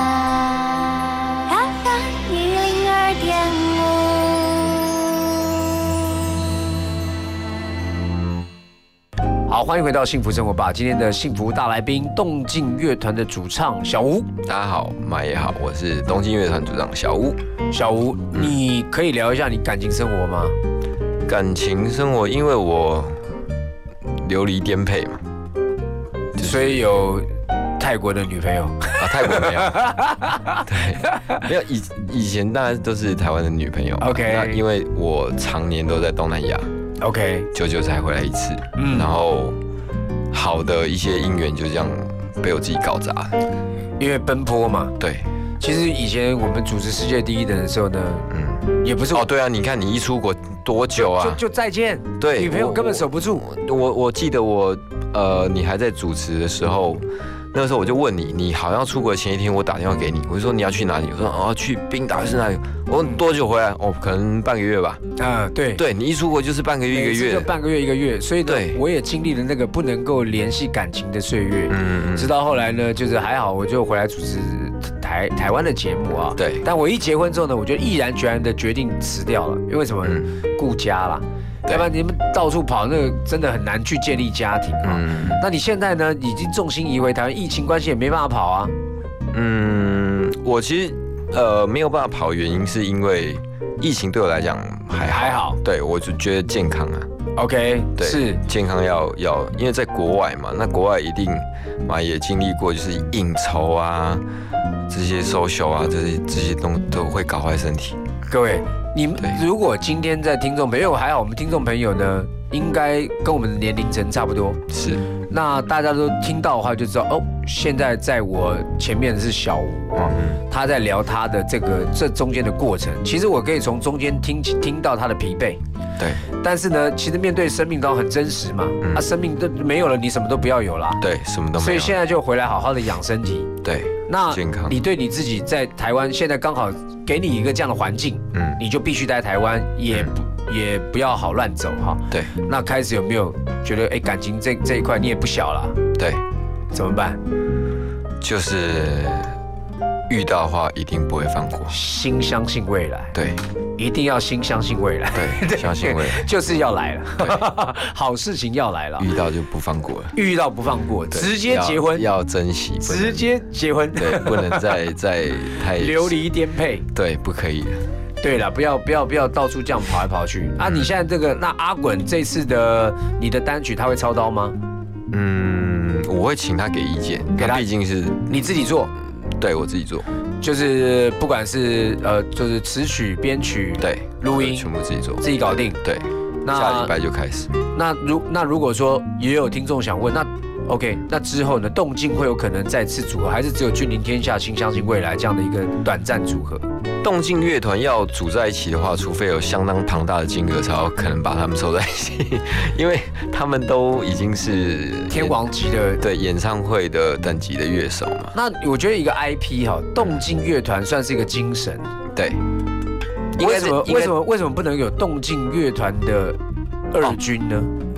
好，欢迎回到幸福生活吧。今天的幸福大来宾，动静乐团的主唱小吴。 大家好，马爷好，我是动静乐团主唱小吴。 小吴，你可以聊一下你感情生活吗？ 感情生活，因为我流离颠沛嘛， 所以有泰国的女朋友啊？泰国没有，对，没有。以前大家都是台湾的女朋友。 OK， 那因为我常年都在东南亚。 OK， 久久才回来一次，然后好的一些姻缘就这样被我自己搞砸了， 因为奔波嘛。 对， 其实以前我们主持世界第一的时候呢，也不是哦，对啊，你看你一出国多久啊？ 就再见， 对， 女朋友根本守不住。 我记得你还在主持的时候。那个时候我就问你，你好像出国前一天，我打电话给你，我就说你要去哪里？我说去冰岛是哪里？我说多久回来？可能半个月吧。 对， 对你一出国就是半个月一个月， 就半个月一个月，所以呢，我也经历了那个不能够联系感情的岁月。直到后来呢，就是还好，我就回来主持台湾的节目啊。 对， 但我一结婚之后呢，我就毅然决然的决定辞掉了，因为什么？顾家啦。要不然你们到处跑，那个真的很难去建立家庭啊。那你现在呢，已经重心移回台湾，疫情关系也没办法跑啊。 我其实没有办法跑，原因是因为疫情对我来讲还好。对，我就觉得健康啊。 OK， 对，是健康要，因为在国外嘛，那国外一定嘛也经历过，就是应酬啊，这些 social 啊，这些都会搞坏身体。 各位。你们如果今天在听众朋友还好，我们听众朋友呢，应该跟我们的年龄层差不多。 是， 那大家都听到的话就知道哦。现在在我前面的是小吴啊，他在聊他的这中间的过程。其实我可以从中间听到他的疲惫。 对。 但是呢，其实面对生命都很真实嘛。生命都没有了，你什么都不要有啦。 对，什么都没有。 所以现在就回来好好的养身体。 对。 那健康， 你对你自己在台湾现在刚好给你一个这样的环境，你就必须待在台湾，也不要好乱走哈。 对。 那开始有没有觉得感情这一块你也不小了？ 对。怎么办？ 就是遇到的话一定不会放过， 心相信未来。 对。 一定要心相信未来， 对，相信未来就是要来了，好事情要来了， 遇到就不放过了， 遇到不放过，直接结婚， 要珍惜， 直接结婚， 对，不能再太流离颠沛， 对，不可以。 对了，不要到处这样跑来跑去啊！你现在那阿滚这次的你的单曲他会操刀吗？ 我会请他给意见，毕竟是你自己做， 对我自己做。 就是不管是就是词曲、编曲、 对录音， 全部自己做， 自己搞定。 对，下礼拜就开始。 那如果说也有听众想问，那 OK， 那之后呢？动静会有可能再次组合，还是只有君临天下、心相信未来这样的一个短暂组合？ 动静乐团要组在一起的话，除非有相当庞大的金额，才有可能把他们凑在一起，因为他们都已经是天王级的对演唱会的等级的乐手嘛。 那我觉得一个 IP 哈，动静乐团算是一个精神。 对。 为什么不能有动静乐团的二军呢？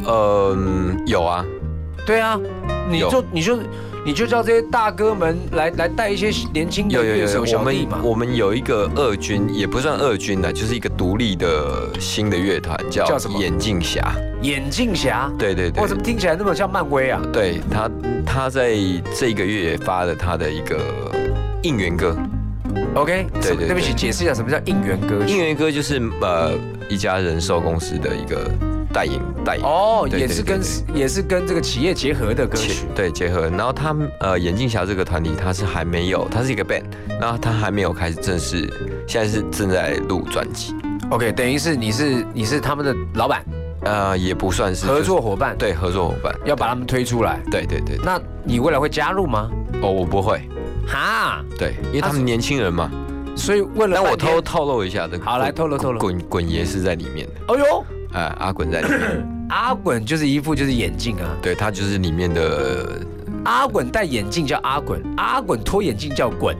有啊。 对啊，你就叫这些大哥们来带一些年轻的乐手小弟嘛。 我们有一个二军，也不算二军的，就是一个独立的新的乐团，叫什么？眼镜侠。 眼镜侠。 对对对。 为什么听起来那么像漫威啊？ 对，他在这个月发了他的一个应援歌。 OK， 对不起，解释一下什么叫应援歌曲。 应援歌就是一家人寿公司的一个代言哦，也是跟这个企业结合的歌曲， 对，结合。然后他眼镜侠这个团体，他是还没有，他是一个 band， 然后他还没有开始正式，现在是正在录专辑。 OK， 等于是你是他们的老板， 也不算是合作伙伴， 对，合作伙伴要把他们推出来， 对。 那你未来会加入吗？ 哦，我不会。 哈， 对，因为他们年轻人嘛， 所以为了但我透露一下这个， 好，来透露。 滚爷是在里面的。 哎呦。 阿滚在里面， 阿滚就是一副就是眼镜啊， 对，他就是里面的。 阿滚戴眼镜叫阿滚，阿滚脱眼镜叫滚，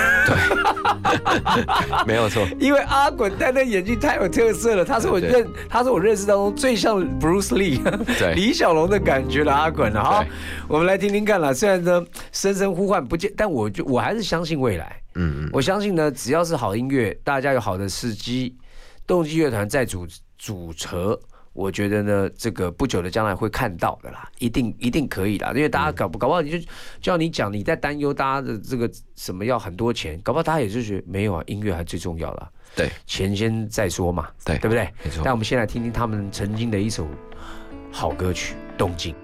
对，没有错。 因为阿滚戴那眼镜太有特色了，他是我认识当中最像 Bruce Lee 李小龙的感觉的阿滚了。好，我们来听听看啦。虽然呢声声呼唤不见，但我还是相信未来。我相信呢，只要是好音乐，大家有好的时机，动机乐团在主持，我觉得呢，这个不久的将来会看到的啦，一定可以啦。因为大家搞不好，你就叫你讲你在担忧大家的这个什么要很多钱，搞不好大家也是觉得没有啊，音乐还最重要啦。 对， 钱先再说嘛，对不对？ 没错。 但我们先来听听他们曾经的一首好歌曲《动静》。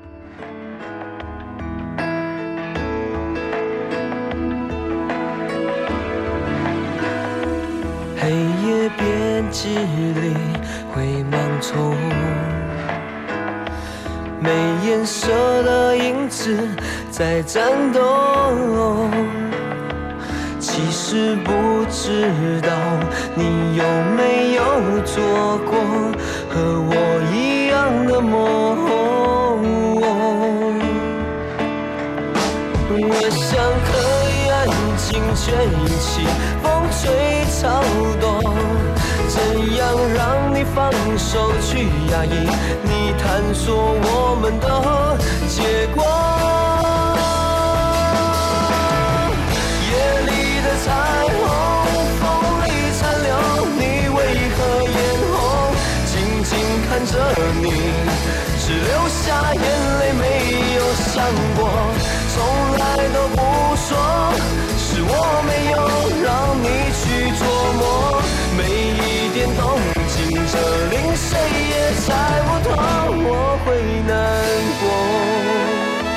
黑夜边际里会盲从，没颜色的影子在颤动。其实不知道你有没有做过和我一样的梦。我想可以安静卷起风吹草动，怎样让你放手去压抑你探索我们的结果。夜里的彩虹，风里残留，你为何眼红？静静看着你，只留下眼泪没有想过，从来都不说是我没有让你去琢磨，每一点动静这令谁也猜不透我会难过。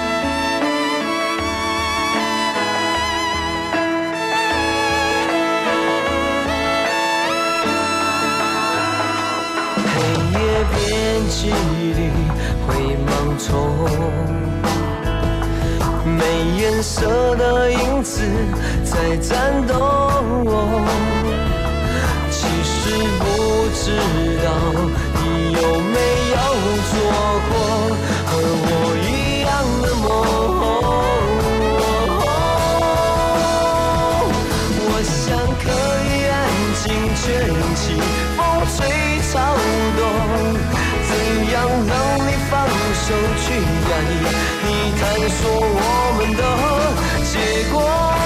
黑夜边际里会盲从，没颜色的影子在颤动。其实不知道你有没有做过和我一样的梦。我想可以安静卷起风吹草动，怎样让你放手去压抑你探索我们的结果。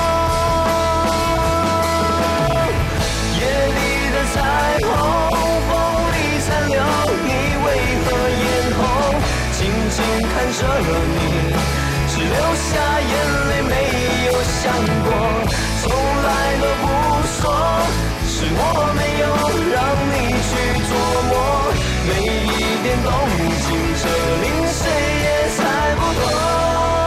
夜里的彩虹，风里残留，你为何眼红？静静看着你，只留下眼泪没有想过，从来都不说是我没有让你去琢磨，每一点动静这令谁也猜不透。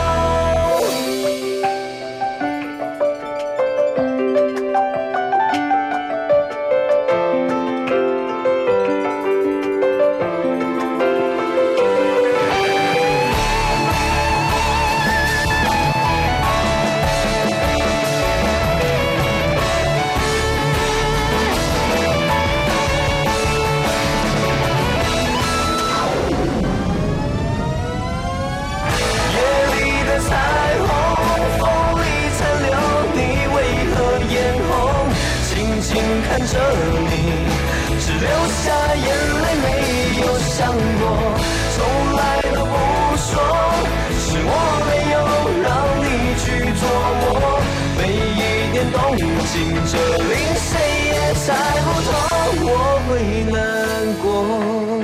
看着你，只留下眼泪没有想过，从来心这里谁也猜不透我会难过。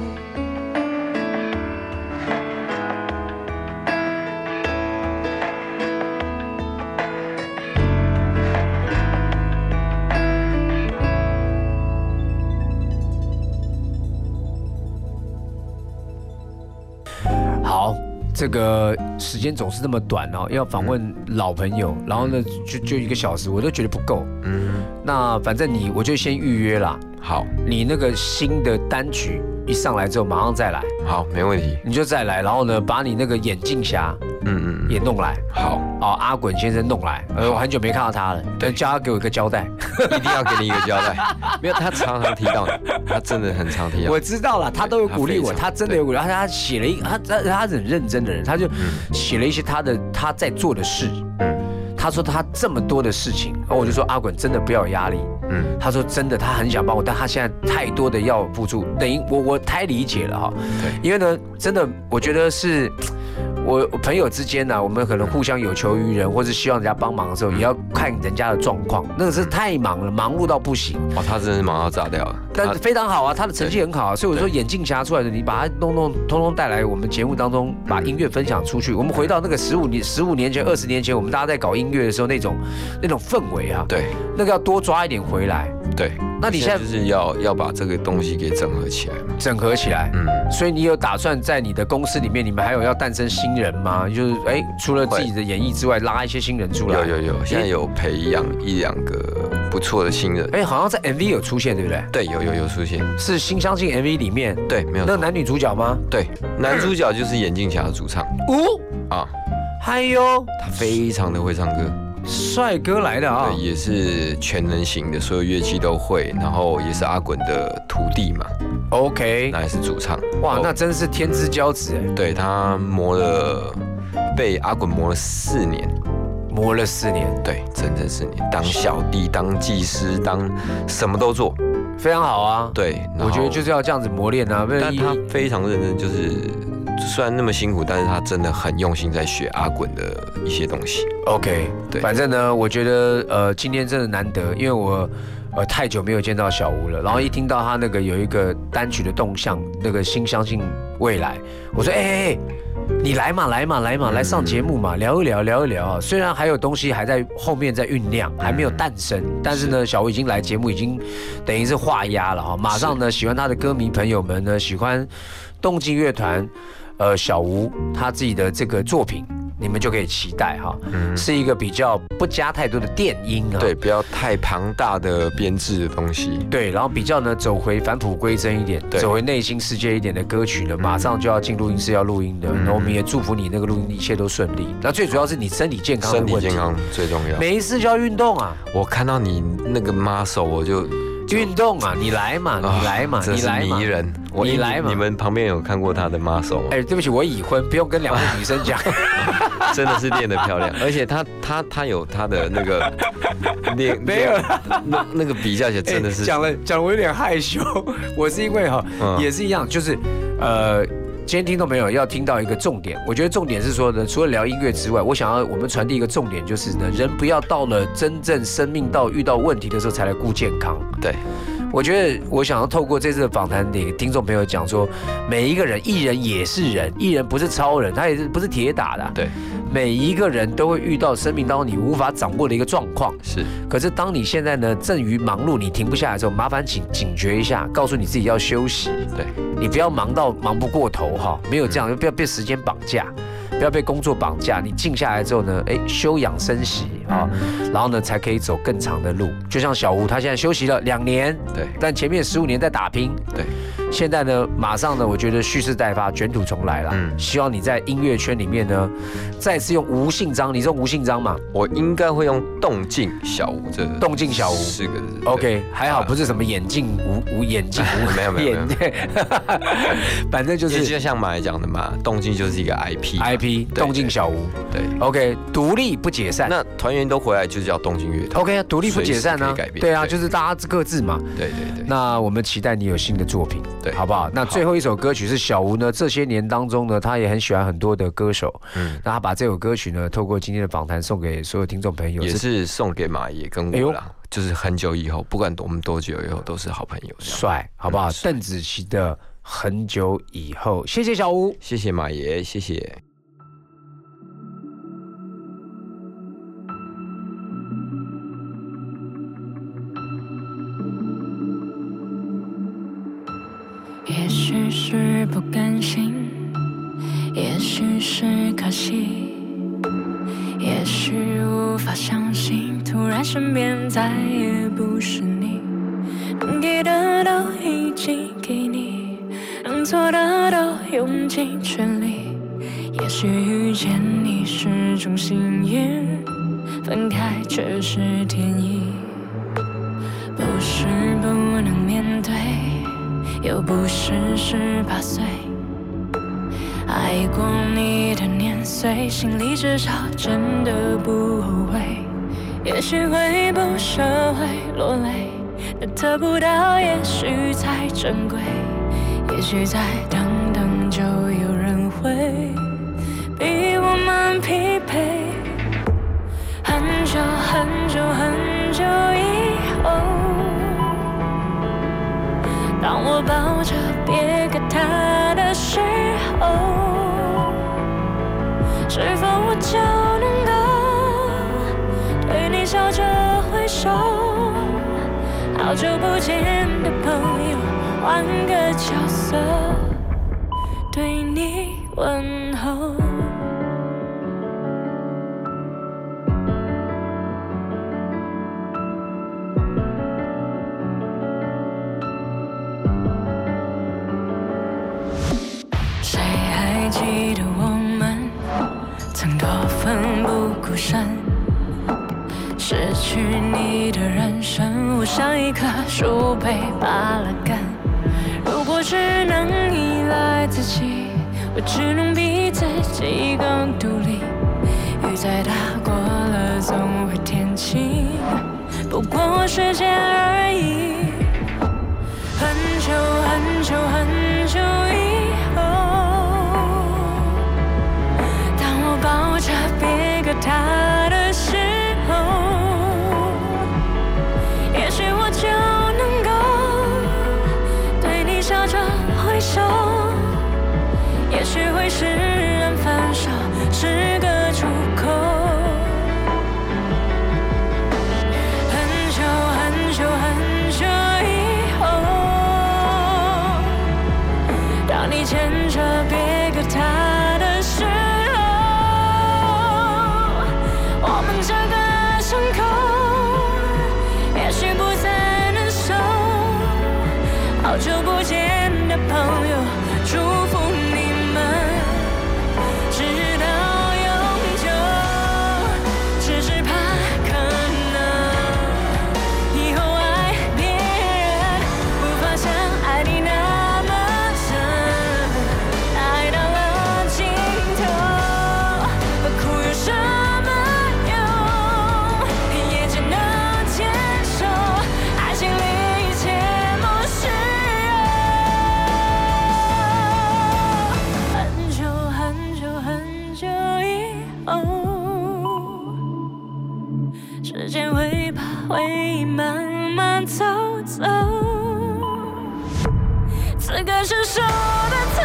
这个时间总是这么短哦，要访问老朋友，然后呢就1个小时，我都觉得不够。那反正我就先预约啦。 好， 你那个新的单曲一上来之后，马上再来。 好，没问题。 你就再来，然后呢，把你那个眼镜侠，也弄来。 好， 阿滚先生弄来。我很久没看到他了，叫他给我一个交代， 一定要给你一个交代。没有，他常常提到你，他真的很常提到。 我知道了，他都有鼓励我，他真的有鼓励。他写了他很认真的人，他就写了一些他在做的事。他说他这么多的事情，然后我就说阿滚真的不要有压力。他说真的，他很想帮我，但他现在太多的要付出，等于我太理解了哈。对，因为呢，真的我觉得是。我朋友之间呢，我们可能互相有求于人，或是希望人家帮忙的时候，也要看人家的状况。那个是太忙了，忙碌到不行。 他真的是忙到炸掉了。 但非常好啊，他的成绩很好啊，所以我说眼镜侠出来的，你把他通通带来我们节目当中，把音乐分享出去。我们回到那个15年前、20年前，我们大家在搞音乐的时候那种氛围啊， 对， 那个要多抓一点回来。 对， 那你现在就是要把这个东西给整合起来嘛。 整合起来，所以你有打算在你的公司里面，你们还有要诞生新人吗？就是除了自己的演艺之外，拉一些新人出来。 有，现在有培养1-2个不错的新人。 好像在 MV 有出现，对不对？ 对，有出现。 是新相信 MV 里面， 对，没有那男女主角吗？ 对，男主角就是眼镜侠的主唱。 还有他非常的会唱歌。 帅哥来的啊！ 对，也是全能型的，所有乐器都会，然后也是阿滚的徒弟嘛。 OK， 那也是主唱。 哇，那真是天之骄子哎！ 对，他被阿滚磨了4年。 磨了4年？ 对，整整4年，当小弟、当技师、当什么都做， 非常好啊。 对， 我觉得就是要这样子磨练啊。 但他非常认真，就是虽然那么辛苦，但是他真的很用心在学阿滚的一些东西。 OK， 对，反正呢，我觉得今天真的难得，因为我太久没有见到小吴了，然后一听到他那个有一个单曲的动向，那个新相信未来，我说你来嘛，来上节目嘛，聊一聊。虽然还有东西还在后面在酝酿，还没有诞生，但是呢，小吴已经来节目，已经等于是画押了哈。马上呢，喜欢他的歌迷朋友们呢，喜欢动静乐团，小吴他自己的这个作品。你们就可以期待哈，是一个比较不加太多的电音啊， 对，不要太庞大的编制的东西， 对，然后比较呢走回返璞归真一点，走回内心世界一点的歌曲呢，马上就要进录音室要录音的，然后我们也祝福你那个录音一切都顺利。那最主要是你身体健康的问题， 身体健康最重要， 没事就要运动啊。 我看到你那个 muscle 我就。 运动啊，你来嘛，你来嘛， 你来嘛，迷人， 你来嘛。 你们旁边有看过他的 muscle 吗？ 对不起，我已婚，不用跟2位女生讲。 真的是练得漂亮，而且他有他的那个练， 没有那个比较起来真的是讲了我有点害羞。我是因为也是一样，就是今天听众朋友要听到一个重点，我觉得重点是说呢，除了聊音乐之外，我想要我们传递一个重点，就是呢，人不要到了真正生命遇到问题的时候才来顾健康。 对， 我觉得我想要透过这次的访谈给听众朋友讲说，每一个人，艺人也是人，艺人不是超人，他也是不是铁打的。 对， 每一个人都会遇到生命当中你无法掌握的一个状况。 是， 可是当你现在呢正于忙碌，你停不下来的时候，麻烦警觉一下，告诉你自己要休息。 对， 你不要忙不过头哈，没有这样，不要被时间绑架。不要被工作绑架，你静下来之后呢，休养生息啊，然后呢才可以走更长的路。就像小吴，他现在休息了2年， 对， 但前面15年在打拼， 对， 现在呢，马上呢，我觉得蓄势待发，卷土重来了。希望你在音乐圈里面呢，再次用吴信章，你是用吴信章吗？ 我应该会用动静小吴这动静小吴 4个字。 OK， 还好不是什么眼镜无眼镜无， 没有， 反正就是就像马来讲的嘛，动静就是一个 IP。 动静小吴， 对 ，OK， 独立不解散。 那团员都回来就叫动静乐团 ，OK， 独立不解散呢？对啊，就是大家各自嘛。 对。 那我们期待你有新的作品， 对， 好不好？那最后一首歌曲是小吴呢，这些年当中呢，他也很喜欢很多的歌手，那他把这首歌曲呢，透过今天的访谈送给所有听众朋友， 也是送给马爷跟我啦。就是很久以后，不管我们多久以后，都是好朋友。 帅，好不好？邓紫棋的《很久以后》，谢谢小吴， 谢谢马爷，谢谢。 也许是不甘心，也许是可惜，也许无法相信，突然身边再也不是你。能给的都已经给你，能做的都用尽全力。也许遇见你是种幸运，分开却是天意。不是不能面对，又不是18岁。爱过你的年岁，心里至少真的不后悔。也许会不舍会落泪，但得不到也许才珍贵。也许再等等就有人会比我们匹配。很久很久很久以后，当我抱着别给他的时候，是否我就能够对你笑着挥手？好久不见的朋友，换个角色对你问候。谁还记得我们曾多奋不顾身？失去你的人生，我像一棵树被拔了根。如果只能依赖自己，我只能比自己更独立。雨再大过了总会天晴，不过时间而已。很久很久很久以后，当我抱着别个他的时候，也许我就能够对你笑着挥手。也许会释然分手是个出口。很久很久很久以后，当你牵着别个他的时候，我们这个伤口也许不再能收。好久不见的朋友，祝福你们直到永久。只是怕可能以后爱别人，无法像爱你那么深。爱到了尽头，何苦有什么用？也只能接受爱情里一切不是人。很久很久很久以后，时间会把回忆慢慢走走，此刻是手的